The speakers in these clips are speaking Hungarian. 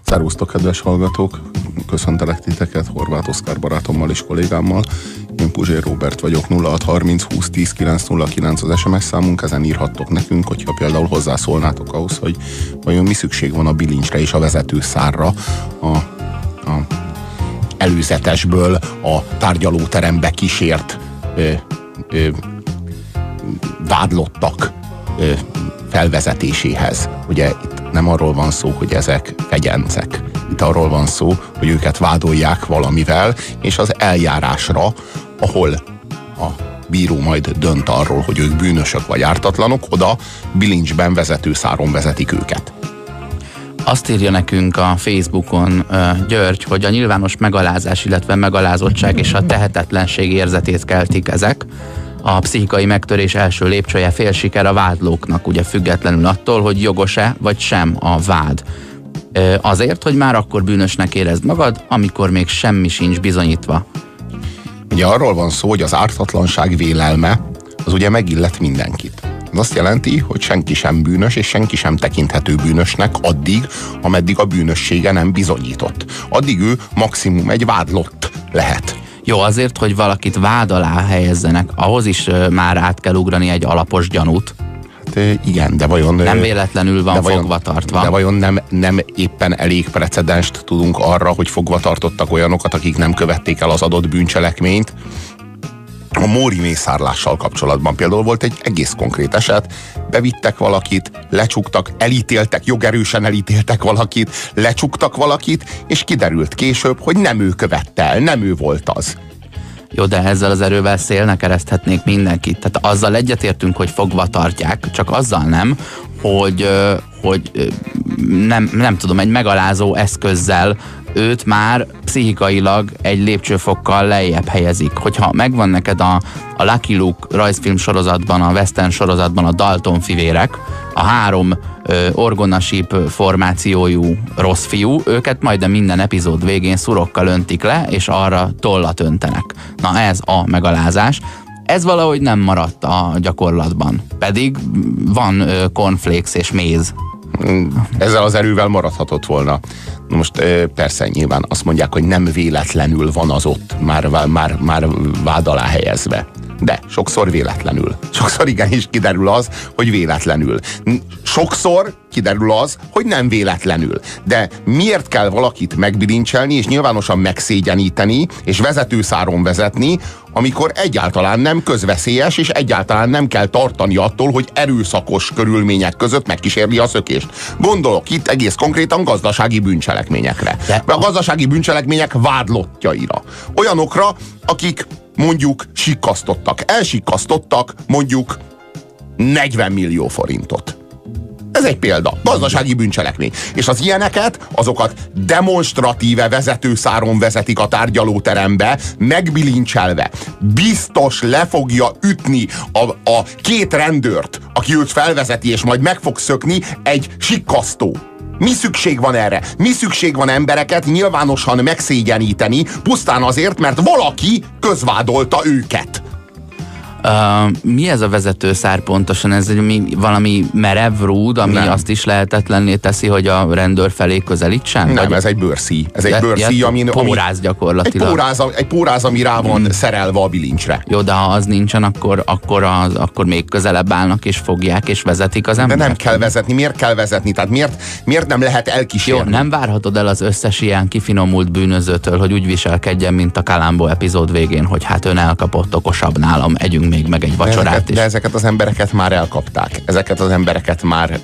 Szervusztok, kedves hallgatók! Köszöntelek titeket Horváth Oszkár barátommal és kollégámmal. Én Puzsér Róbert vagyok, 0630 20 10 909 az SMS számunk, ezen írhattok nekünk, hogyha például hozzászólnátok ahhoz, hogy vajon mi szükség van a bilincsre és a vezetőszárra a előzetesből a tárgyalóterembe kísért vádlottak felvezetéséhez. Ugye itt nem arról van szó, hogy ezek fegyencek. Itt arról van szó, hogy őket vádolják valamivel, és az eljárásra, ahol a bíró majd dönt arról, hogy ők bűnösök vagy ártatlanok, oda bilincsben vezetőszáron vezetik őket. Azt írja nekünk a Facebookon György, hogy a nyilvános megalázás, illetve megalázottság és a tehetetlenség érzetét keltik ezek. A pszichikai megtörés első lépcsője félsiker a vádlóknak, ugye függetlenül attól, hogy jogos-e vagy sem a vád. Azért, hogy már akkor bűnösnek érezd magad, amikor még semmi sincs bizonyítva. Ugye arról van szó, hogy az ártatlanság vélelme az ugye megillet mindenkit. Ez azt jelenti, hogy senki sem bűnös, és senki sem tekinthető bűnösnek addig, ameddig a bűnössége nem bizonyított. Addig ő maximum egy vádlott lehet. Jó, azért, hogy valakit vád alá helyezzenek, ahhoz is már át kell ugrani egy alapos gyanút. Hát igen, de vajon... Nem véletlenül van fogva tartva. De vajon nem éppen elég precedenst tudunk arra, hogy fogva tartottak olyanokat, akik nem követték el az adott bűncselekményt? A Móri mészárlással kapcsolatban például volt egy egész konkrét eset, bevittek valakit, lecsuktak, elítéltek, jogerősen elítéltek valakit, lecsuktak valakit, és kiderült később, hogy nem ő követte el, nem ő volt az. Jó, de ezzel az erővel szélnek ereszthetnék mindenkit. Tehát azzal egyetértünk, hogy fogva tartják, csak azzal nem, hogy nem tudom, egy megalázó eszközzel őt már pszichikailag egy lépcsőfokkal lejjebb helyezik. Hogyha megvan neked a Lucky Luke rajzfilm sorozatban, a western sorozatban a Dalton fivérek, a 3 orgonasíp formációjú rossz fiú, őket majdnem minden epizód végén szurokkal öntik le, és arra tollat öntenek. Na ez a megalázás. Ez valahogy nem maradt a gyakorlatban. Pedig van cornflakes és méz. Ezzel az erővel maradhatott volna. Na most persze nyilván azt mondják, hogy nem véletlenül van az ott már vád alá helyezve. De sokszor véletlenül. Sokszor igenis kiderül az, hogy véletlenül. Sokszor kiderül az, hogy nem véletlenül. De miért kell valakit megbilincselni, és nyilvánosan megszégyeníteni, és vezetőszáron vezetni, amikor egyáltalán nem közveszélyes, és egyáltalán nem kell tartani attól, hogy erőszakos körülmények között megkísérli a szökést. Gondolok itt egész konkrétan gazdasági bűncselekményekre. A gazdasági bűncselekmények vádlottjaira. Olyanokra, akik mondjuk elsikkasztottak mondjuk 40 millió forintot. Ez egy példa. Gazdasági bűncselekmény. És az ilyeneket, azokat demonstratíve vezetőszáron vezetik a tárgyalóterembe, megbilincselve. Biztos le fogja ütni a 2 rendőrt, aki őt felvezeti, és majd meg fog szökni egy sikkasztó. Mi szükség van erre? Mi szükség van embereket nyilvánosan megszégyeníteni, pusztán azért, mert valaki közvádolta őket? Mi ez a vezetőszár pontosan? Ez valami merev rúd, ami azt is lehetetlenné teszi, hogy a rendőr felé közelítsen? Nem, vagy? Ez egy bőrszíj. Ez egy bőrszíj, ami... Póráz gyakorlatilag. Egy póráz, ami rá van szerelve a bilincsre. Jó, de ha az nincsen, akkor még közelebb állnak, és fogják, és vezetik az embert. De nem kell vezetni. Miért kell vezetni? Tehát miért nem lehet elkísérni? Jó, nem várhatod el az összes ilyen kifinomult bűnözőtől, hogy úgy viselkedjen, mint a Columbo epizód végén, hogy hát ön elkapott, okosabb nálam, együnk még meg egy vacsorát. De ezeket az embereket már elkapták. Ezeket az embereket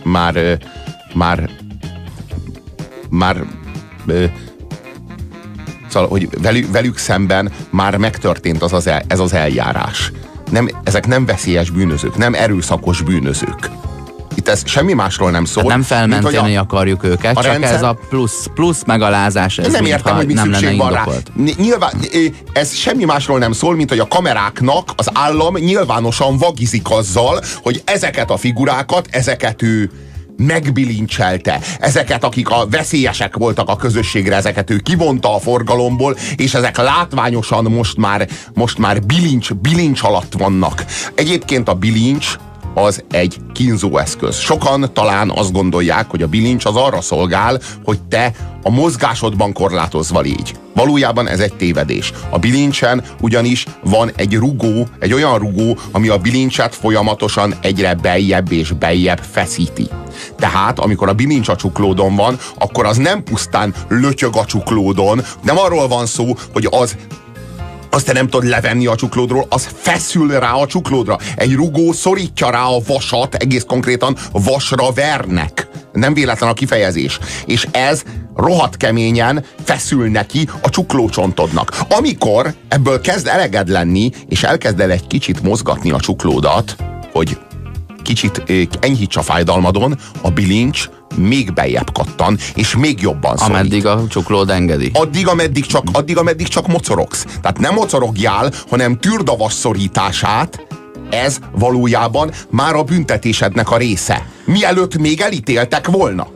szóval, hogy velük szemben már megtörtént ez az eljárás. Ezek nem veszélyes bűnözők, nem erőszakos bűnözők. Itt ez semmi másról nem szól. Hát nem felmenteni akarjuk őket, csak rendszer... ez a plusz megalázás, ez nem értem, hogy mi nem szükség van rá. Nyilván ez semmi másról nem szól, mint hogy a kameráknak az állam nyilvánosan vagizik azzal, hogy ezeket a figurákat, ezeket ő megbilincselte. Ezeket, akik a veszélyesek voltak a közösségre, ezeket ő kivonta a forgalomból, és ezek látványosan most már bilincs alatt vannak. Egyébként a bilincs az egy kínzóeszköz. Sokan talán azt gondolják, hogy a bilincs az arra szolgál, hogy te a mozgásodban korlátozva légy. Valójában ez egy tévedés. A bilincsen ugyanis van egy rugó, egy olyan rugó, ami a bilincset folyamatosan egyre beljebb és beljebb feszíti. Tehát, amikor a bilincs a csuklódon van, akkor az nem pusztán lötyög a csuklódon, nem arról van szó, hogy azt te nem tudod levenni a csuklódról, az feszül rá a csuklódra. Egy rugó szorítja rá a vasat, egész konkrétan vasra vernek. Nem véletlen a kifejezés. És ez rohadt keményen feszül neki a csuklócsontodnak. Amikor ebből kezd eleged lenni, és elkezd el egy kicsit mozgatni a csuklódat, hogy kicsit enyhíts a fájdalmadon, a bilincs még beljebb kattan, és még jobban szorít. Ameddig a csuklód engedi. Addig, ameddig csak mocorogsz. Tehát nem mocorogjál, hanem tűrd a vas szorítását, ez valójában már a büntetésednek a része. Mielőtt még elítéltek volna.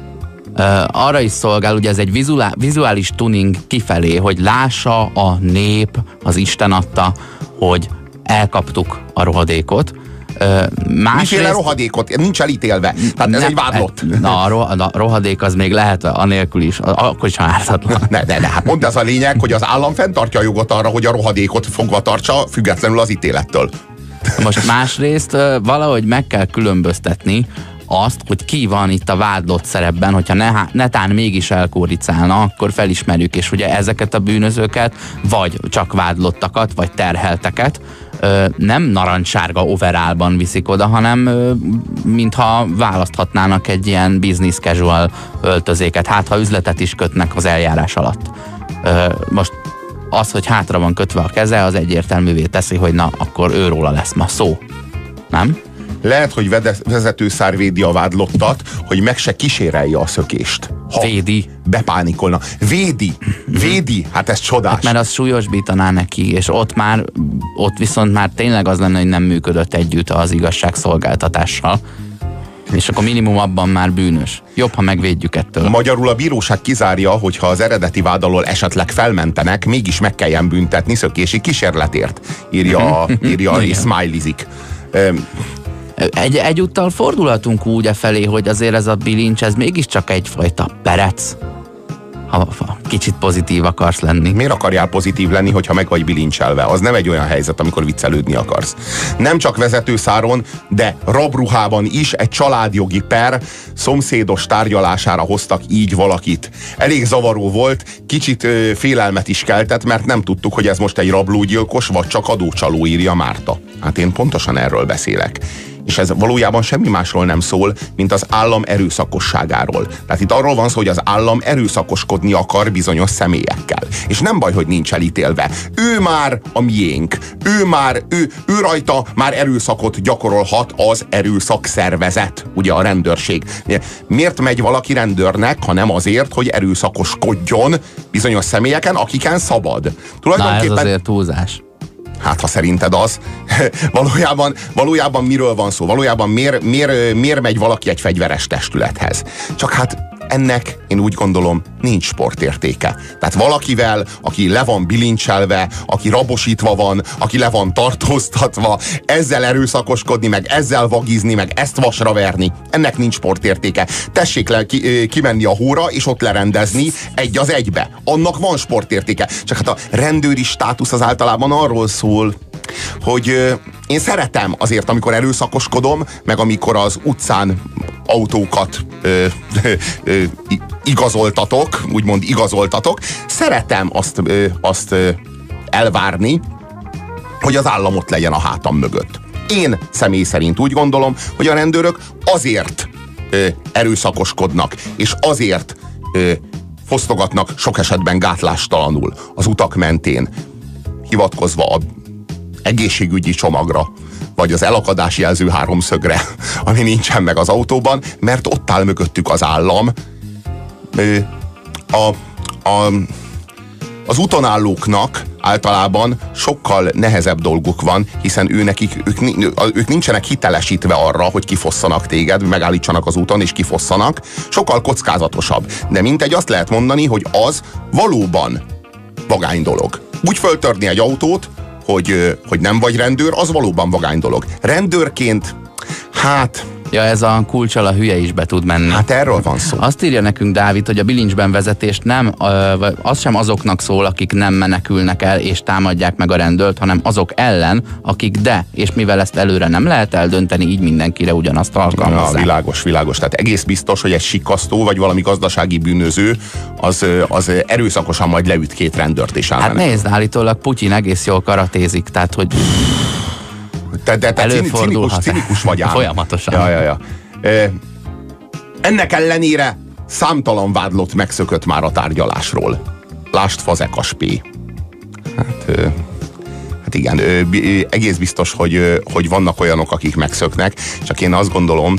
Arra is szolgál, ugye ez egy vizuális tuning kifelé, hogy lássa a nép, az Isten adta, hogy elkaptuk a rohadékot. Miféle rohadékot? Nincs elítélve. Tehát ez egy vádlott. A rohadék az még lehet anélkül is, akkor is ártatlan. De hát pont ez a lényeg, hogy az állam fenntartja a jogot arra, hogy a rohadékot fogva tartsa, függetlenül az ítélettől. Most másrészt valahogy meg kell különböztetni azt, hogy ki van itt a vádlott szerepben, hogyha netán mégis elkóricálna, akkor felismerjük, és ugye ezeket a bűnözőket, vagy csak vádlottakat, vagy terhelteket, nem narancssárga overallban viszik oda, hanem mintha választhatnának egy ilyen business casual öltözéket, hát ha üzletet is kötnek az eljárás alatt. Most az, hogy hátra van kötve a keze, az egyértelművé teszi, hogy na, akkor őróla lesz ma szó. Nem? Lehet, hogy vezetőszár védi a vádlottat, hogy meg se kísérelje a szökést. Védi. Bepánikolna. Védi. Hát ez csodás. Hát mert az súlyosbítaná neki, és ott viszont már tényleg az lenne, hogy nem működött együtt az igazságszolgáltatással. És akkor minimum abban már bűnös. Jobb, ha megvédjük ettől. Magyarul a bíróság kizárja, hogyha az eredeti vád alól esetleg felmentenek, mégis meg kelljen büntetni szökési kísérletért. Írja és smileyzik. Egyúttal fordulhatunk úgy felé, hogy azért ez a bilincs, ez mégiscsak egyfajta perec. Ha kicsit pozitív akarsz lenni. Miért akarjál pozitív lenni, hogyha meg vagy bilincselve? Az nem egy olyan helyzet, amikor viccelődni akarsz. Nem csak vezetőszáron, de rabruhában is egy családjogi per szomszédos tárgyalására hoztak így valakit. Elég zavaró volt, kicsit félelmet is keltett, mert nem tudtuk, hogy ez most egy rablógyilkos, vagy csak adócsaló, írja Márta. Hát én pontosan erről beszélek. És ez valójában semmi másról nem szól, mint az állam erőszakosságáról. Tehát itt arról van szó, hogy az állam erőszakoskodni akar bizonyos személyekkel. És nem baj, hogy nincs elítélve. Ő már a miénk. Ő rajta már erőszakot gyakorolhat az erőszakszervezet, ugye a rendőrség. Miért megy valaki rendőrnek, ha nem azért, hogy erőszakoskodjon bizonyos személyeken, akiken szabad? Na ez azért túlzás. Hát, ha szerinted az. Valójában miről van szó? Valójában miért megy valaki egy fegyveres testülethez? Csak hát ennek, én úgy gondolom, nincs sportértéke. Tehát valakivel, aki le van bilincselve, aki rabosítva van, aki le van tartóztatva, ezzel erőszakoskodni, meg ezzel vagizni, meg ezt vasra verni, ennek nincs sportértéke. Tessék kimenni a hóra, és ott lerendezni egy az egybe. Annak van sportértéke. Csak hát a rendőri státusz az általában arról szól, hogy én szeretem azért, amikor erőszakoskodom, meg amikor az utcán autókat igazoltatok, szeretem azt elvárni, hogy az állam ott legyen a hátam mögött. Én személy szerint úgy gondolom, hogy a rendőrök azért erőszakoskodnak, és azért fosztogatnak sok esetben gátlástalanul az utak mentén, hivatkozva a egészségügyi csomagra, vagy az elakadási jelző háromszögre, ami nincsen meg az autóban, mert ott áll mögöttük az állam. Az úton állóknak általában sokkal nehezebb dolguk van, hiszen ők nincsenek hitelesítve arra, hogy kifosszanak téged, megállítsanak az úton és kifosszanak. Sokkal kockázatosabb. De mintegy azt lehet mondani, hogy az valóban vagány dolog. Úgy föltörni egy autót, hogy nem vagy rendőr, az valóban vagány dolog. Rendőrként Hát... Ja, ez a kulccsal a hülye is be tud menni. Hát erről van szó. Azt írja nekünk Dávid, hogy a bilincsben vezetést nem, az sem azoknak szól, akik nem menekülnek el és támadják meg a rendőrt, hanem azok ellen, akik és mivel ezt előre nem lehet eldönteni, így mindenkire ugyanazt alkalmazzák. Világos. Tehát egész biztos, hogy egy sikasztó vagy valami gazdasági bűnöző az erőszakosan majd leüt 2 rendőrt és Hát nézd, állítólag Putyin egész jól karatézik, tehát hogy te cinikus vagy ám. Folyamatosan. Ja. Ennek ellenére számtalan vádlott megszökött már a tárgyalásról. Lásd Fazekas P. Hát igen, egész biztos, hogy vannak olyanok, akik megszöknek, csak én azt gondolom,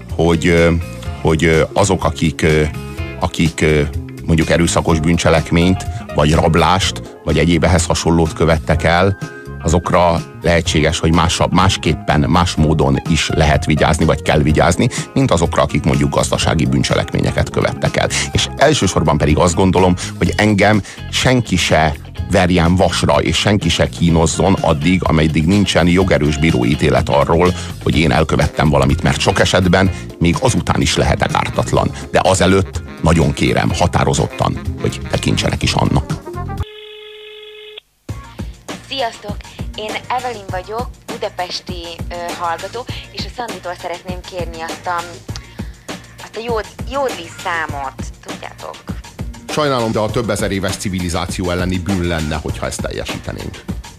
hogy azok, akik mondjuk erőszakos bűncselekményt, vagy rablást, vagy egyéb ehhez hasonlót követtek el, azokra lehetséges, hogy másképpen, más módon is lehet vigyázni, vagy kell vigyázni, mint azokra, akik mondjuk gazdasági bűncselekményeket követtek el. És elsősorban pedig azt gondolom, hogy engem senki se verjen vasra, és senki se kínozzon addig, ameddig nincsen jogerős bíróítélet arról, hogy én elkövettem valamit, mert sok esetben még azután is lehetek ártatlan. De azelőtt nagyon kérem, határozottan, hogy tekintsenek is annak. Sziasztok! Én Evelyn vagyok, budapesti hallgató, és a Szanditól szeretném kérni azt a jódli számot, tudjátok? Sajnálom, de a több ezer éves civilizáció elleni bűn lenne, hogyha ezt teljesítenénk.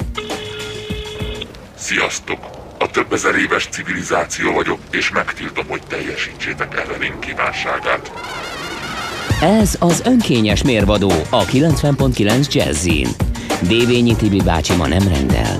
Sziasztok! A több ezer éves civilizáció vagyok, és megtiltom, hogy teljesítsétek Evelyn kívánságát. Ez az önkényes mérvadó a 90.9 Jazzin. Dévényi Tibi bácsi ma nem rendel.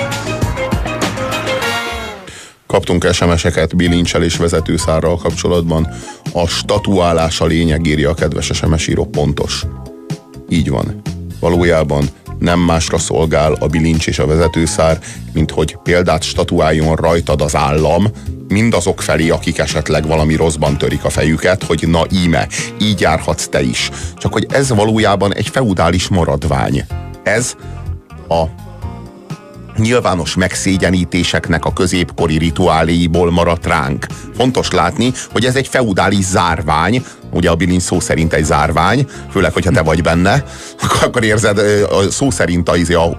Kaptunk SMS-eket bilincsel és vezetőszárral kapcsolatban. A statuálás a lényeg, írja a kedves SMS író, pontos. Így van. Valójában nem másra szolgál a bilincs és a vezetőszár, mint hogy példát statuáljon rajtad az állam, mindazok felé, akik esetleg valami rosszban törik a fejüket, hogy na íme, így járhatsz te is. Csak hogy ez valójában egy feudális maradvány. Ez a nyilvános megszégyenítéseknek a középkori rituáléiból maradt ránk. Fontos látni, hogy ez egy feudális zárvány, ugye a bilincs szó szerint egy zárvány, főleg, hogyha te vagy benne, akkor érzed szó szerint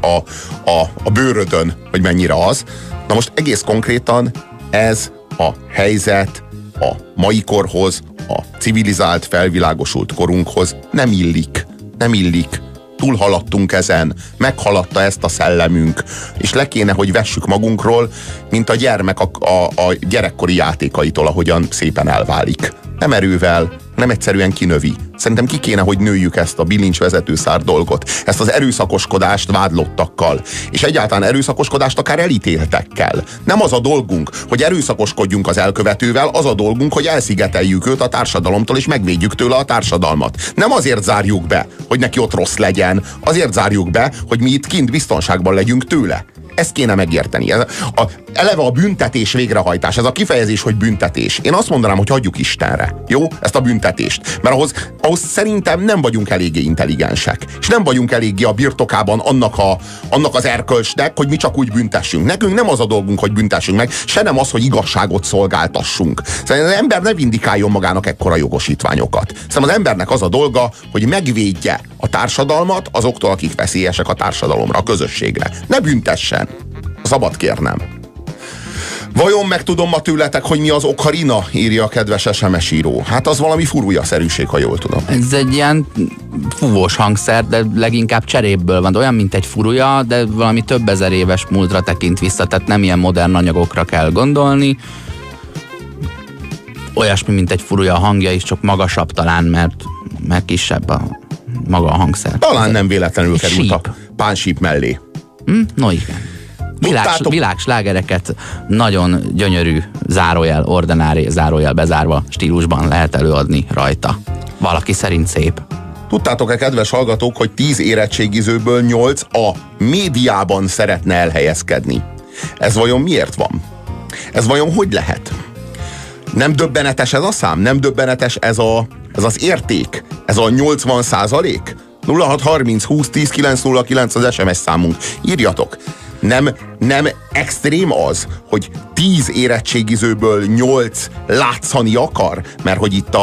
a bőrödön, hogy mennyire az. Na most egész konkrétan ez a helyzet a mai korhoz, a civilizált, felvilágosult korunkhoz nem illik. Nem illik. Túlhaladtunk ezen, meghaladta ezt a szellemünk, és le kéne, hogy vessük magunkról, mint a gyermek a gyerekkori játékaitól, ahogyan szépen elválik. Nem erővel, nem egyszerűen kinövi. Szerintem ki kéne, hogy nőjük ezt a bilincs vezetőszár dolgot, ezt az erőszakoskodást vádlottakkal, és egyáltalán erőszakoskodást akár elítéltekkel. Nem az a dolgunk, hogy erőszakoskodjunk az elkövetővel, az a dolgunk, hogy elszigeteljük őt a társadalomtól, és megvédjük tőle a társadalmat. Nem azért zárjuk be, hogy neki ott rossz legyen, azért zárjuk be, hogy mi itt kint biztonságban legyünk tőle. Ezt kéne megérteni. Eleve a büntetés végrehajtás, ez a kifejezés, hogy büntetés. Én azt mondanám, hogy hagyjuk Istenre. Jó? Ezt a büntetést. Mert ahhoz szerintem nem vagyunk eléggé intelligensek. És nem vagyunk eléggé a birtokában annak az erkölcsnek, hogy mi csak úgy büntessünk. Nekünk nem az a dolgunk, hogy büntessünk meg, se nem az, hogy igazságot szolgáltassunk. Szerintem az ember ne vindikáljon magának ekkora jogosítványokat. Szerintem az embernek az a dolga, hogy megvédje a társadalmat azoktól, akik veszélyesek a társadalomra, a közösségre. Ne büntessen. Szabad kérnem. Vajon megtudom ma tőletek, hogy mi az okarina? Írja a kedves SMS író. Hát az valami furújaszerűség, ha jól tudom. Ez egy ilyen fúvós hangszer, de leginkább cserépből van. Olyan, mint egy furúja, de valami több ezer éves múltra tekint vissza, tehát nem ilyen modern anyagokra kell gondolni. Olyasmi, mint egy furúja, a hangja is, csak magasabb talán, mert kisebb maga a hangszer. Talán nem véletlenül került a pánsíp mellé. No igen. Világslágereket nagyon gyönyörű zárójel, ordinári zárójel bezárva stílusban lehet előadni rajta. Valaki szerint szép. Tudtátok-e, kedves hallgatók, hogy 10 érettségizőből 8 a médiában szeretne elhelyezkedni? Ez vajon miért van? Ez vajon hogy lehet? Nem döbbenetes ez a szám? Nem döbbenetes ez az érték? Ez a 80%? 0630 20 10 909 az SMS számunk. Írjatok! Nem extrém az, hogy 10 érettségizőből 8 látszani akar, mert hogy itt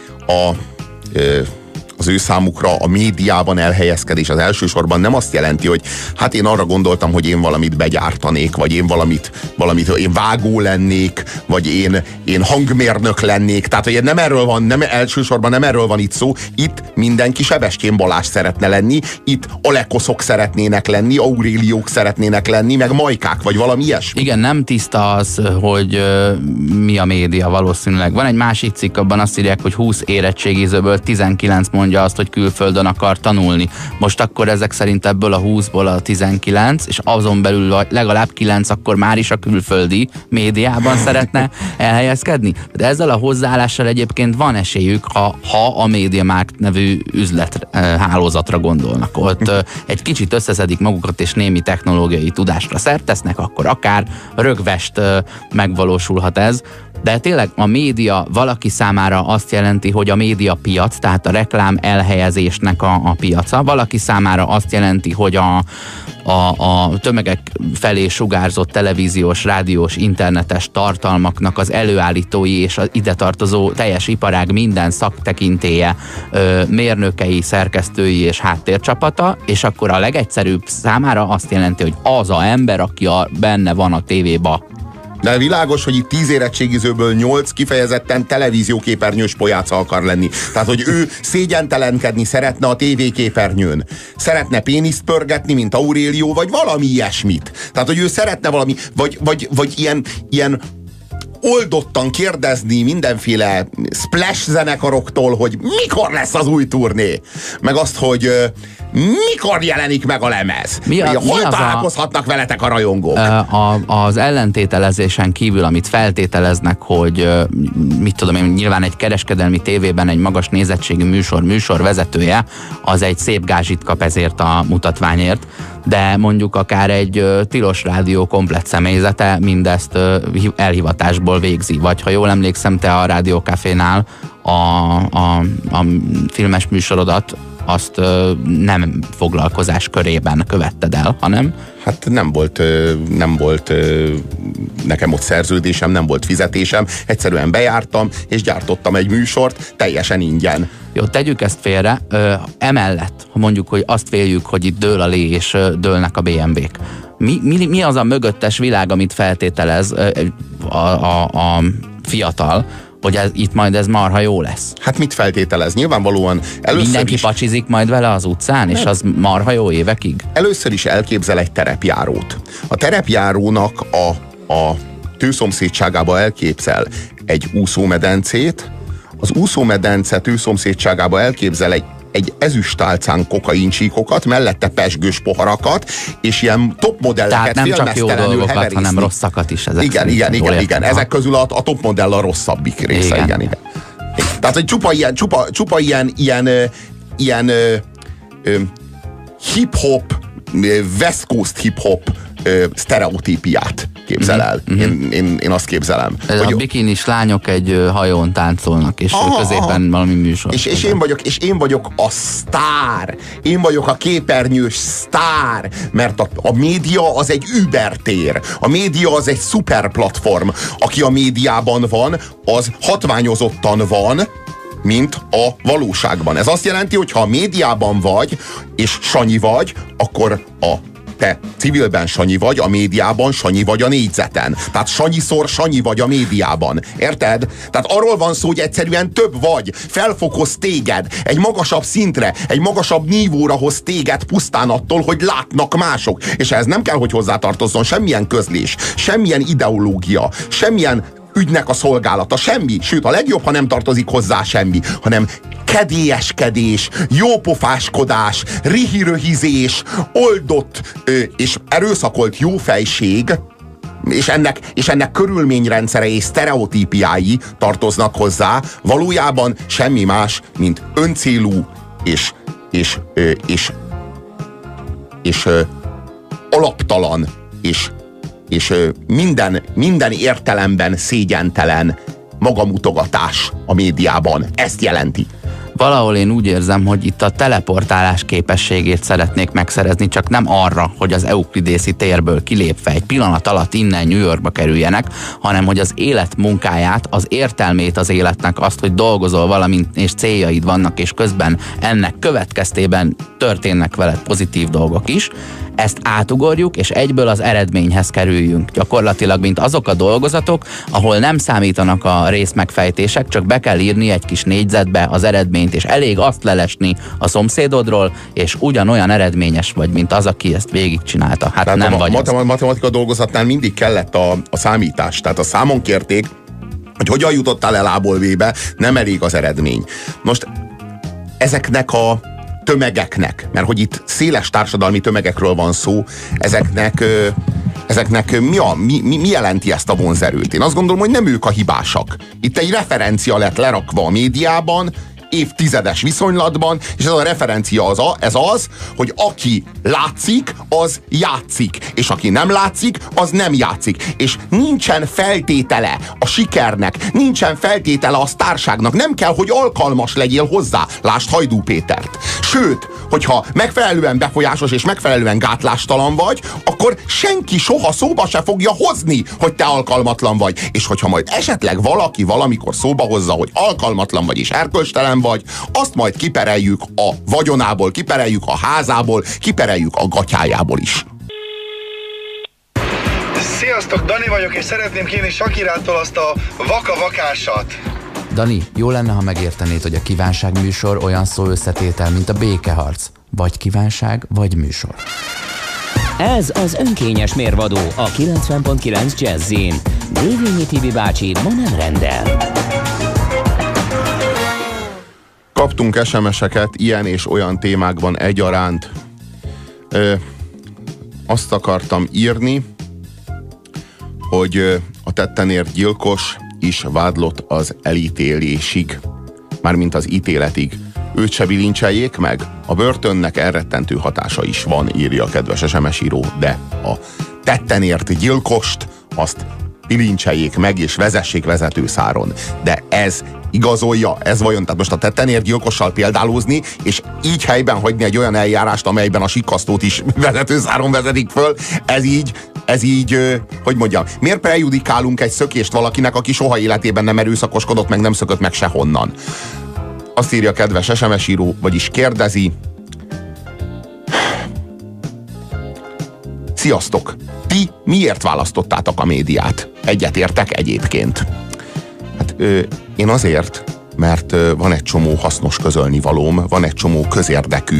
az ő számukra a médiában elhelyezkedés az elsősorban nem azt jelenti, hogy hát én arra gondoltam, hogy én valamit begyártanék, vagy én én vágó lennék, vagy én hangmérnök lennék. Tehát, hogy nem erről van, elsősorban nem erről van itt szó. Itt mindenki Sebestyén Balázs szeretne lenni, itt Alekoszok szeretnének lenni, Auréliók szeretnének lenni, meg Majkák, vagy valami ilyesmi. Igen, nem tiszta az, hogy mi a média valószínűleg. Van egy másik cikk, abban azt írják, hogy 20 érettségizőből 19 mondja azt, hogy külföldön akar tanulni. Most akkor ezek szerint ebből a 20-ból a 19, és azon belül legalább 9 akkor már is a külföldi médiában szeretne elhelyezkedni. De ezzel a hozzáállással egyébként van esélyük, ha a MediaMarkt nevű üzlethálózatra gondolnak. Ott egy kicsit összeszedik magukat, és némi technológiai tudásra szert tesznek, akkor akár rögvest megvalósulhat ez. De tényleg a média valaki számára azt jelenti, hogy a média piac, tehát a reklám elhelyezésnek a piaca. Valaki számára azt jelenti, hogy a tömegek felé sugárzott televíziós, rádiós, internetes tartalmaknak az előállítói és az ide tartozó teljes iparág minden szaktekintélye, mérnökei, szerkesztői és háttércsapata, és akkor a legegyszerűbb számára azt jelenti, hogy az a ember, aki benne van a tévéba. De világos, hogy itt 10 érettségizőből 8 kifejezetten televízióképernyős pojáca akar lenni. Tehát, hogy ő szégyentelenkedni szeretne a tévéképernyőn. Szeretne péniszt pörgetni, mint Aurélió, vagy valami ilyesmit. Tehát, hogy ő szeretne valami, vagy ilyen oldottan kérdezni mindenféle splash zenekaroktól, hogy mikor lesz az új turné. Meg azt, hogy mikor jelenik meg a lemez. Hol találkozhatnak veletek a rajongók? Az ellentételezésen kívül, amit feltételeznek, hogy mit tudom én, nyilván egy kereskedelmi tévében egy magas nézettségű műsor vezetője, az egy szép gázsit kap ezért a mutatványért, de mondjuk akár egy tilos rádió komplett személyzete mindezt elhivatásból végzi. Vagy ha jól emlékszem, te a Rádió Cafénál a filmes műsorodat azt nem foglalkozás körében követted el, hanem? Hát nem volt nekem ott szerződésem, nem volt fizetésem, egyszerűen bejártam, és gyártottam egy műsort teljesen ingyen. Jó, tegyük ezt félre. Emellett, ha mondjuk, hogy azt féljük, hogy itt dől a lé, és dőlnek a BMW-k. Mi az a mögöttes világ, amit feltételez a fiatal, hogy itt majd ez marha jó lesz? Hát mit feltételez? Nyilvánvalóan mindenki pacsizik majd vele az utcán, és az marha jó évekig? Először is elképzel egy terepjárót. A terepjárónak a tőszomszédságába elképzel egy úszómedencét, az úszómedence tőszomszédságába elképzel egy ezüstálcán kokaincsíkokat, mellette pesgős poharakat, és ilyen topmodelleket tehát nem csak jó dolgokat, heverészni. hanem rosszakat is ezek. Igen. Ezek közül a topmodell a rosszabbik része. Igen. Tehát, hogy csupa ilyen hip-hop, West Coast hip-hop sztereotípiát képzel el. Én azt képzelem. Hogy a bikinis lányok egy hajón táncolnak, és középen valami műsor. És én vagyok a sztár. Én vagyok a képernyős sztár, mert a média az egy übertér. A média az egy szuper platform. Aki a médiában van, az hatványozottan van, mint a valóságban. Ez azt jelenti, hogy ha a médiában vagy, és Sanyi vagy, akkor te civilben Sanyi vagy, a médiában Sanyi vagy a négyzeten. Tehát Sanyiszor Sanyi vagy a médiában. Érted? Tehát arról van szó, hogy egyszerűen több vagy. Felfokoz téged egy magasabb szintre, egy magasabb nívóra hoz téged pusztán attól, hogy látnak mások. És ehhez nem kell, hogy hozzátartozzon semmilyen közlés, semmilyen ideológia, semmilyen ügynek a szolgálata, semmi. Sőt, a legjobb, ha nem tartozik hozzá semmi, hanem kedélyeskedés, jópofáskodás, rihiröhizés, oldott és erőszakolt jófejség, és ennek körülményrendszere és sztereotípiái tartoznak hozzá, valójában semmi más, mint öncélú és alaptalan és minden értelemben szégyentelen magamutogatás a médiában. Ezt jelenti. Valahol én úgy érzem, hogy itt a teleportálás képességét szeretnék megszerezni, csak nem arra, hogy az euklidészi térből kilépve egy pillanat alatt innen New Yorkba kerüljenek, hanem hogy az élet munkáját, az értelmét az életnek, azt, hogy dolgozol valamint és céljaid vannak, és közben ennek következtében történnek veled pozitív dolgok is, ezt átugorjuk, és egyből az eredményhez kerüljünk. Gyakorlatilag, mint azok a dolgozatok, ahol nem számítanak a részmegfejtések, csak be kell írni egy kis négyzetbe az eredményt, és elég azt lelesni a szomszédodról, és ugyanolyan eredményes vagy, mint az, aki ezt végigcsinálta. Hát tehát nem vagy a matematika dolgozatnál mindig kellett a számítás. Tehát a számon kérték, hogy hogyan jutottál el A-ból B-be, nem elég az eredmény. Most ezeknek a tömegeknek, mert hogy itt széles társadalmi tömegekről van szó, ezeknek mi jelenti ezt a vonzerőt? Én azt gondolom, hogy nem ők a hibásak. Itt egy referencia lett lerakva a médiában, évtizedes viszonylatban, és ez a referencia ez az, hogy aki látszik, az játszik, és aki nem látszik, az nem játszik. És nincsen feltétele a sikernek, nincsen feltétele a sztárságnak, nem kell, hogy alkalmas legyél hozzá. Lásd Hajdú Pétert. Sőt, hogyha megfelelően befolyásos és megfelelően gátlástalan vagy, akkor senki soha szóba se fogja hozni, hogy te alkalmatlan vagy. És hogyha majd esetleg valaki valamikor szóba hozza, hogy alkalmatlan vagy és erkölcstelen vagy, azt majd kipereljük a vagyonából, kipereljük a házából, kipereljük a gatyájából is. Sziasztok, Dani vagyok, és szeretném kérni Sakirától azt a vaka-vakásat. Dani, jó lenne, ha megértenéd, hogy a kívánságműsor olyan szó összetétel, mint a békeharc. Vagy kívánság, vagy műsor. Ez az önkényes mérvadó a 90.9 Jazzin. Dévényi Tibi bácsi ma nem rendel. Kaptunk SMS-eket ilyen és olyan témákban egyaránt. Azt akartam írni, hogy a tetten ért gyilkos is vádlott az elítélésig. Mármint az ítéletig. Őt se bilincseljék meg? A börtönnek elrettentő hatása is van, írja a kedves SMS író, de a tetten ért gyilkost azt bilincseljék meg és vezessék vezetőszáron. De ez igazolja, ez vajon, tehát most a tetten ért gyilkossal példálózni, és így helyben hagyni egy olyan eljárást, amelyben a sikkasztót is vezetőszáron vezetik föl, ez így, hogy mondjam, miért prejudikálunk egy szökést valakinek, aki soha életében nem erőszakoskodott, meg nem szökött meg sehonnan? Azt írja a kedves SMS író, vagyis kérdezi. Sziasztok! Ti miért választottátok a médiát? Egyetértek egyébként. Hát én azért, mert van egy csomó hasznos közölnivalóm, van egy csomó közérdekű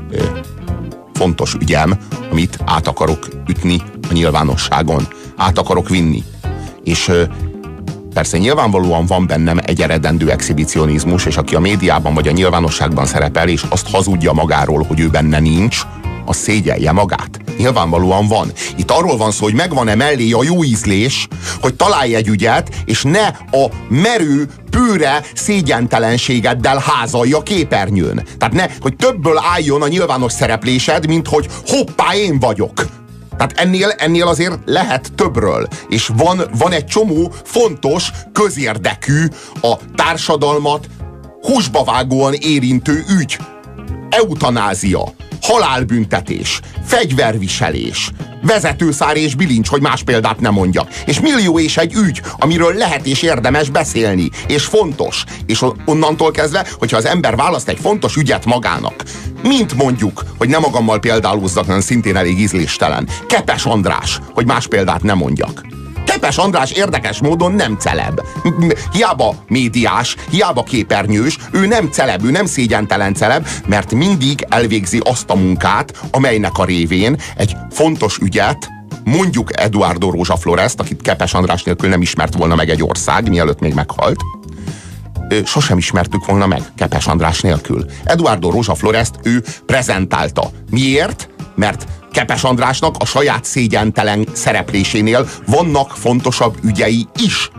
fontos ügyem, amit át akarok ütni a nyilvánosságon. Át akarok vinni. És persze nyilvánvalóan van bennem egy eredendő exhibicionizmus, és aki a médiában vagy a nyilvánosságban szerepel, és azt hazudja magáról, hogy ő benne nincs, az szégyelje magát. Nyilvánvalóan van. Itt arról van szó, hogy megvan-e mellé a jó ízlés, hogy találj egy ügyet, és ne a merő, pőre szégyentelenségeddel házalj a képernyőn. Tehát hogy többből álljon a nyilvános szereplésed, mint hogy hoppá, én vagyok. Tehát ennél azért lehet többről. És van egy csomó fontos, közérdekű, a társadalmat húsba vágóan érintő ügy. Eutanázia, halálbüntetés, fegyverviselés, vezetőszár és bilincs, hogy más példát nem mondjak. És millió és egy ügy, amiről lehet és érdemes beszélni, és fontos. És onnantól kezdve, hogyha az ember választ egy fontos ügyet magának, mint mondjuk, hogy nem magammal példálózzak, hanem szintén elég ízléstelen, Kepes András, hogy más példát nem mondjak. Kepes András érdekes módon nem celeb. Hiába médiás, hiába képernyős, ő nem celeb, ő nem szégyentelen celeb, mert mindig elvégzi azt a munkát, amelynek a révén egy fontos ügyet, mondjuk Eduardo Rózsa Floreszt, akit Kepes András nélkül nem ismert volna meg egy ország, mielőtt még meghalt, sosem ismertük volna meg Kepes András nélkül. Eduardo Rózsa Floreszt ő prezentálta. Miért? Mert Kepes Andrásnak a saját szégyentelen szereplésénél vannak fontosabb ügyei is.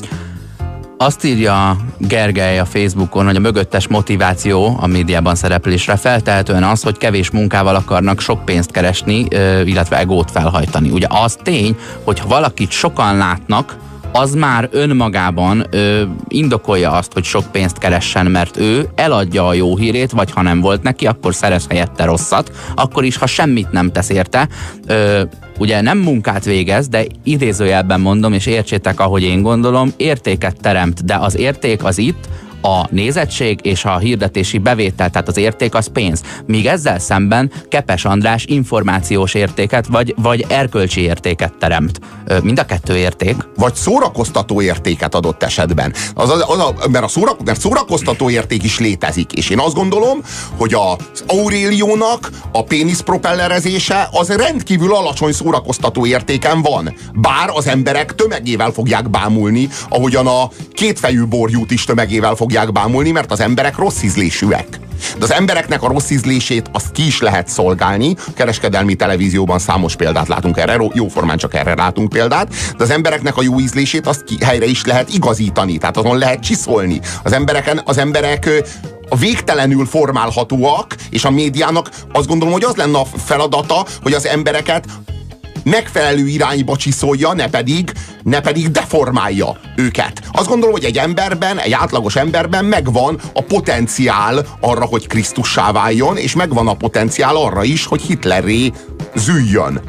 Azt írja Gergely a Facebookon, hogy a mögöttes motiváció a médiában szereplésre feltehetően az, hogy kevés munkával akarnak sok pénzt keresni, illetve egót felhajtani. Ugye az tény, hogy ha valakit sokan látnak, az már önmagában indokolja azt, hogy sok pénzt keressen, mert ő eladja a jó hírét, vagy ha nem volt neki, akkor szerez helyette rosszat, akkor is, ha semmit nem tesz érte. Ugye nem munkát végez, de idézőjelben mondom, és értsétek, ahogy én gondolom, értéket teremt, de az érték az itt a nézettség és a hirdetési bevétel, tehát az érték az pénz. Míg ezzel szemben Kepes András információs értéket, vagy erkölcsi értéket teremt. Mind a kettő érték. Vagy szórakoztató értéket adott esetben. Mert szórakoztató érték is létezik. És én azt gondolom, hogy az Aurélionak a péniszpropellerezése az rendkívül alacsony szórakoztató értéken van. Bár az emberek tömegével fogják bámulni, ahogyan a kétfejű borjút is tömegével fogják bámulni, mert az emberek rossz ízlésűek. De az embereknek a rossz ízlését azt ki is lehet szolgálni. A kereskedelmi televízióban számos példát látunk erre, jóformán csak erre látunk példát, de az embereknek a jó ízlését azt helyre is lehet igazítani, tehát azon lehet csiszolni. Az emberek a végtelenül formálhatóak, és a médiának azt gondolom, hogy az lenne a feladata, hogy az embereket megfelelő irányba csiszolja, ne pedig deformálja őket. Azt gondolom, hogy egy átlagos emberben megvan a potenciál arra, hogy Krisztussá váljon, és megvan a potenciál arra is, hogy Hitlerré züljön.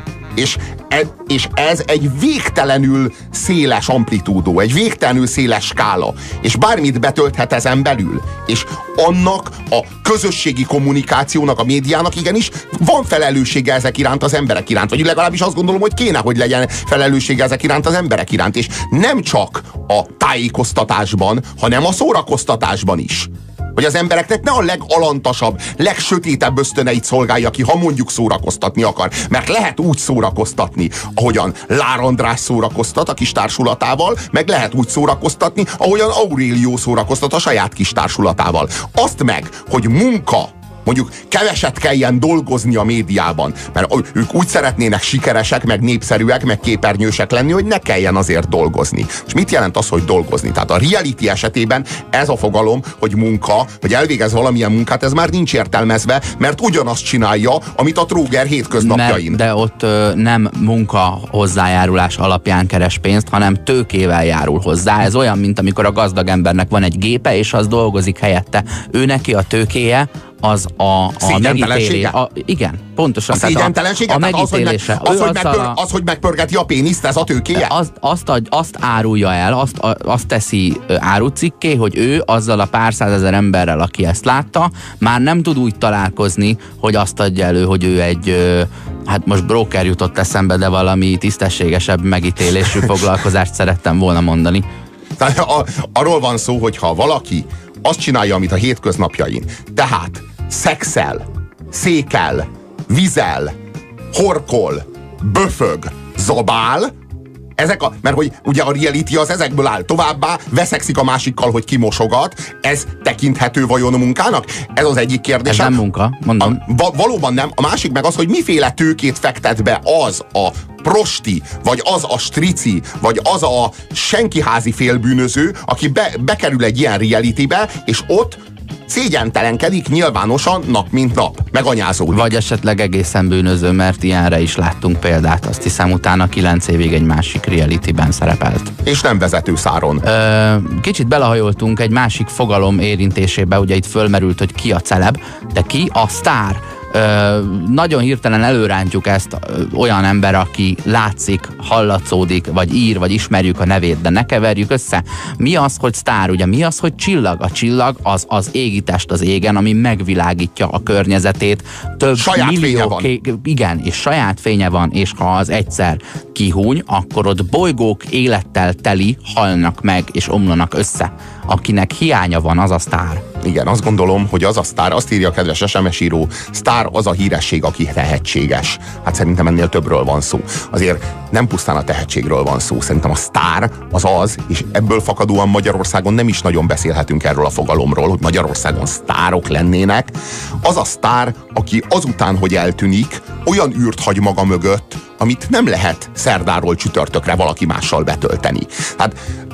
És ez egy végtelenül széles amplitúdó, egy végtelenül széles skála. És bármit betölthet ezen belül. És annak a közösségi kommunikációnak, a médiának igenis van felelőssége ezek iránt az emberek iránt. Vagy legalábbis azt gondolom, hogy kéne, hogy legyen felelőssége ezek iránt az emberek iránt. És nem csak a tájékoztatásban, hanem a szórakoztatásban is. Hogy az embereknek ne a legalantasabb, legsötétebb ösztöneit szolgálja ki, ha mondjuk szórakoztatni akar. Mert lehet úgy szórakoztatni, ahogyan Lár András szórakoztat a kis társulatával, meg lehet úgy szórakoztatni, ahogyan Aurélió szórakoztat a saját kis társulatával. Azt meg, hogy munka, mondjuk keveset kelljen dolgozni a médiában, mert ők úgy szeretnének sikeresek, meg népszerűek, meg képernyősek lenni, hogy ne kelljen azért dolgozni. És mit jelent az, hogy dolgozni? Tehát a reality esetében ez a fogalom, hogy munka, hogy elvégez valamilyen munkát, ez már nincs értelmezve, mert ugyanazt csinálja, amit a tróger hétköznapjain. De ott nem munka hozzájárulás alapján keres pénzt, hanem tőkével járul hozzá. Ez olyan, mint amikor a gazdag embernek van egy gépe, és az dolgozik helyette. Ő neki a tőkéje, az a megítélés. Igen, pontosan. A szégyentelensége? A megítélése. Az, hogy megpörgeti a péniszt, ez a tőkéje? Azt árulja el, azt teszi árucikké, hogy ő azzal a pár százezer emberrel, aki ezt látta, már nem tud úgy találkozni, hogy azt adja elő, hogy ő egy, hát most broker jutott eszembe, de valami tisztességesebb megítélésű foglalkozást szerettem volna mondani. Tehát arról van szó, hogy ha valaki azt csinálja, amit a hétköznapjain, tehát szexel, székel, vizel, horkol, böfög, zabál, mert hogy ugye a reality az ezekből áll, továbbá veszekszik a másikkal, hogy kimosogat, ez tekinthető vajon munkának? Ez az egyik kérdés. Ez nem munka, mondom. Valóban nem. A másik meg az, hogy miféle tőkét fektet be az a prosti, vagy az a strici, vagy az a senkiházi félbűnöző, aki bekerül egy ilyen realitybe, és ott szégyentelenkedik nyilvánosan nap mint nap, meg anyázódik. Vagy esetleg egészen bűnöző, mert ilyenre is láttunk példát. Azt hiszem, utána 9 évig egy másik realityben szerepelt. És nem vezetőszáron. Kicsit belehajoltunk egy másik fogalom érintésébe, ugye itt fölmerült, hogy ki a celeb, de ki a sztár. Nagyon hirtelen előrántjuk ezt olyan ember, aki látszik, hallatszódik, vagy ír, vagy ismerjük a nevét, de ne keverjük össze. Mi az, hogy sztár? Ugye mi az, hogy csillag? A csillag az égitest az égen, ami megvilágítja a környezetét. Több saját millió fénye van. Igen, és saját fénye van, és ha az egyszer kihúny, akkor ott bolygók élettel teli halnak meg, és omlanak össze. Akinek hiánya van, az a sztár. Igen, azt gondolom, hogy az a sztár, azt írja a kedves SMS író, sztár az a híresség, aki tehetséges. Hát szerintem ennél többről van szó. Azért nem pusztán a tehetségről van szó. Szerintem a sztár az, és ebből fakadóan Magyarországon nem is nagyon beszélhetünk erről a fogalomról, hogy Magyarországon sztárok lennének. Az a sztár, aki azután, hogy eltűnik, olyan űrt hagy maga mögött, amit nem lehet szerdáról csütörtökre valaki mással betölteni. Hát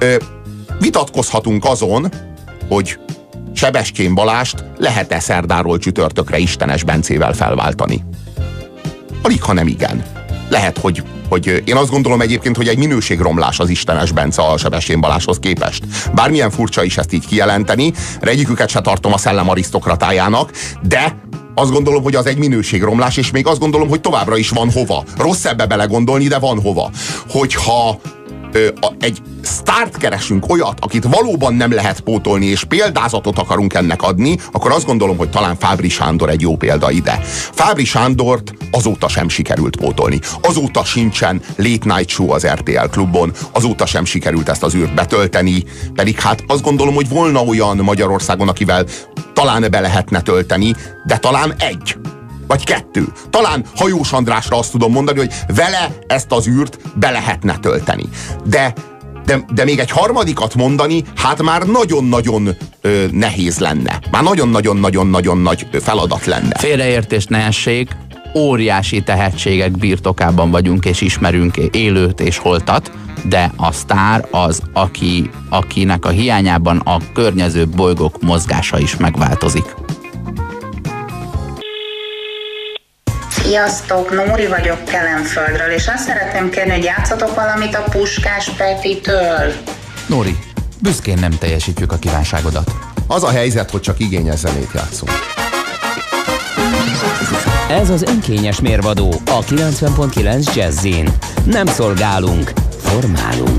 vitatkozhatunk azon, hogy Sebestyén Balást lehet-e szerdáról csütörtökre Istenes Bencével felváltani? Alig, ha nem igen. Lehet, hogy én azt gondolom egyébként, hogy egy minőségromlás az Istenes Bence a Sebestyén Balázshoz képest. Bármilyen furcsa is ezt így kijelenteni, egyiküket se tartom a szellem arisztokratájának, de azt gondolom, hogy az egy minőségromlás, és még azt gondolom, hogy továbbra is van hova. Rossz ebbe belegondolni, de van hova. Hogyha egy sztárt keresünk, olyat, akit valóban nem lehet pótolni, és példázatot akarunk ennek adni, akkor azt gondolom, hogy talán Fábry Sándor egy jó példa ide. Fábry Sándort azóta sem sikerült pótolni. Azóta sincsen Late Night Show az RTL Klubon, azóta sem sikerült ezt az űrt betölteni, pedig hát azt gondolom, hogy volna olyan Magyarországon, akivel talán be lehetne tölteni, de talán egy. Vagy kettő. Talán Hajós Andrásra azt tudom mondani, hogy vele ezt az űrt be lehetne tölteni. De még egy harmadikat mondani, hát már nagyon-nagyon nehéz lenne. Már nagyon-nagyon-nagyon-nagyon nagy feladat lenne. Félreértés ne essék, óriási tehetségek birtokában vagyunk, és ismerünk élőt és holtat, de a sztár az, akinek a hiányában a környező bolygók mozgása is megváltozik. Sziasztok, Nóri vagyok Kelenföldről, és azt szeretném kérni, hogy játszatok valamit a Puskás Petitől. Nóri, büszkén nem teljesítjük a kívánságodat. Az a helyzet, hogy csak igényes zenét játszunk. Ez az önkényes mérvadó a 90.9 Jazzin. Nem szolgálunk, formálunk.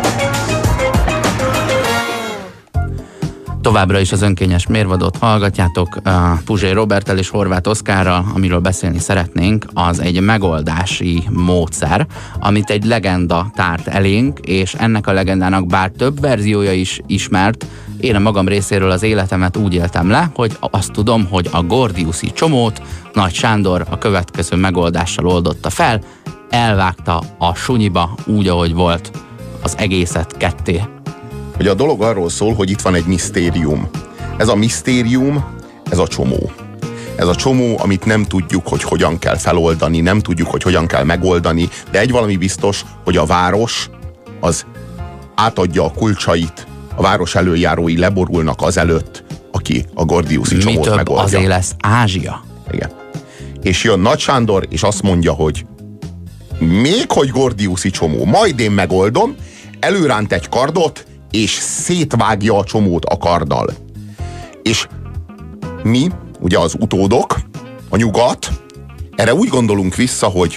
Továbbra is az önkényes mérvadót hallgatjátok Puzsé Roberttel és Horváth Oszkárral. Amiről beszélni szeretnénk, az egy megoldási módszer, amit egy legenda tárt elénk, és ennek a legendának bár több verziója is ismert, én a magam részéről az életemet úgy éltem le, hogy azt tudom, hogy a gordiuszi csomót Nagy Sándor a következő megoldással oldotta fel, elvágta a sunyiba úgy, ahogy volt, az egészet ketté. Hogy a dolog arról szól, hogy itt van egy misztérium. Ez a misztérium, ez a csomó. Ez a csomó, amit nem tudjuk, hogy hogyan kell feloldani, nem tudjuk, hogy hogyan kell megoldani, de egy valami biztos, hogy a város az átadja a kulcsait, a város előjárói leborulnak azelőtt, aki a gordiuszi csomót megoldja. Azért lesz Ázsia. Igen. És jön Nagy Sándor, és azt mondja, hogy még hogy gordiuszi csomó, majd én megoldom, előránt egy kardot, és szétvágja a csomót a karddal. És mi, ugye az utódok, a nyugat, erre úgy gondolunk vissza, hogy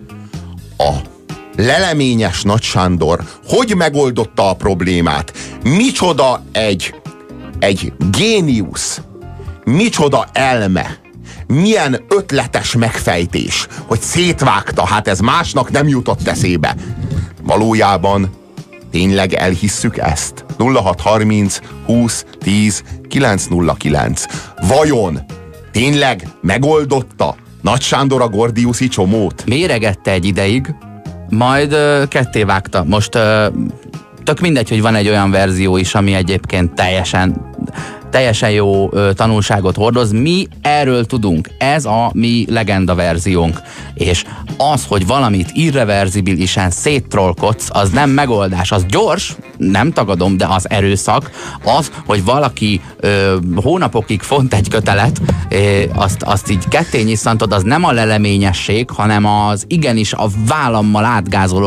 a leleményes Nagy Sándor hogy megoldotta a problémát, micsoda egy géniusz, micsoda elme, milyen ötletes megfejtés, hogy szétvágta, hát ez másnak nem jutott eszébe. Valójában tényleg elhisszük ezt? 0630 20 10 909. Vajon tényleg megoldotta Nagy Sándor a gordiuszi csomót? Méregette egy ideig, majd ketté vágta. Most tök mindegy, hogy van egy olyan verzió is, ami egyébként teljesen jó tanulságot hordoz. Mi erről tudunk. Ez a mi legenda verziónk. És az, hogy valamit irreverzibilisen széttrollkodsz, az nem megoldás. Az gyors, nem tagadom, de az erőszak. Az, hogy valaki hónapokig font egy kötelet, azt így ketté nyisszantod, az nem a leleményesség, hanem az igenis a vállammal átgázoló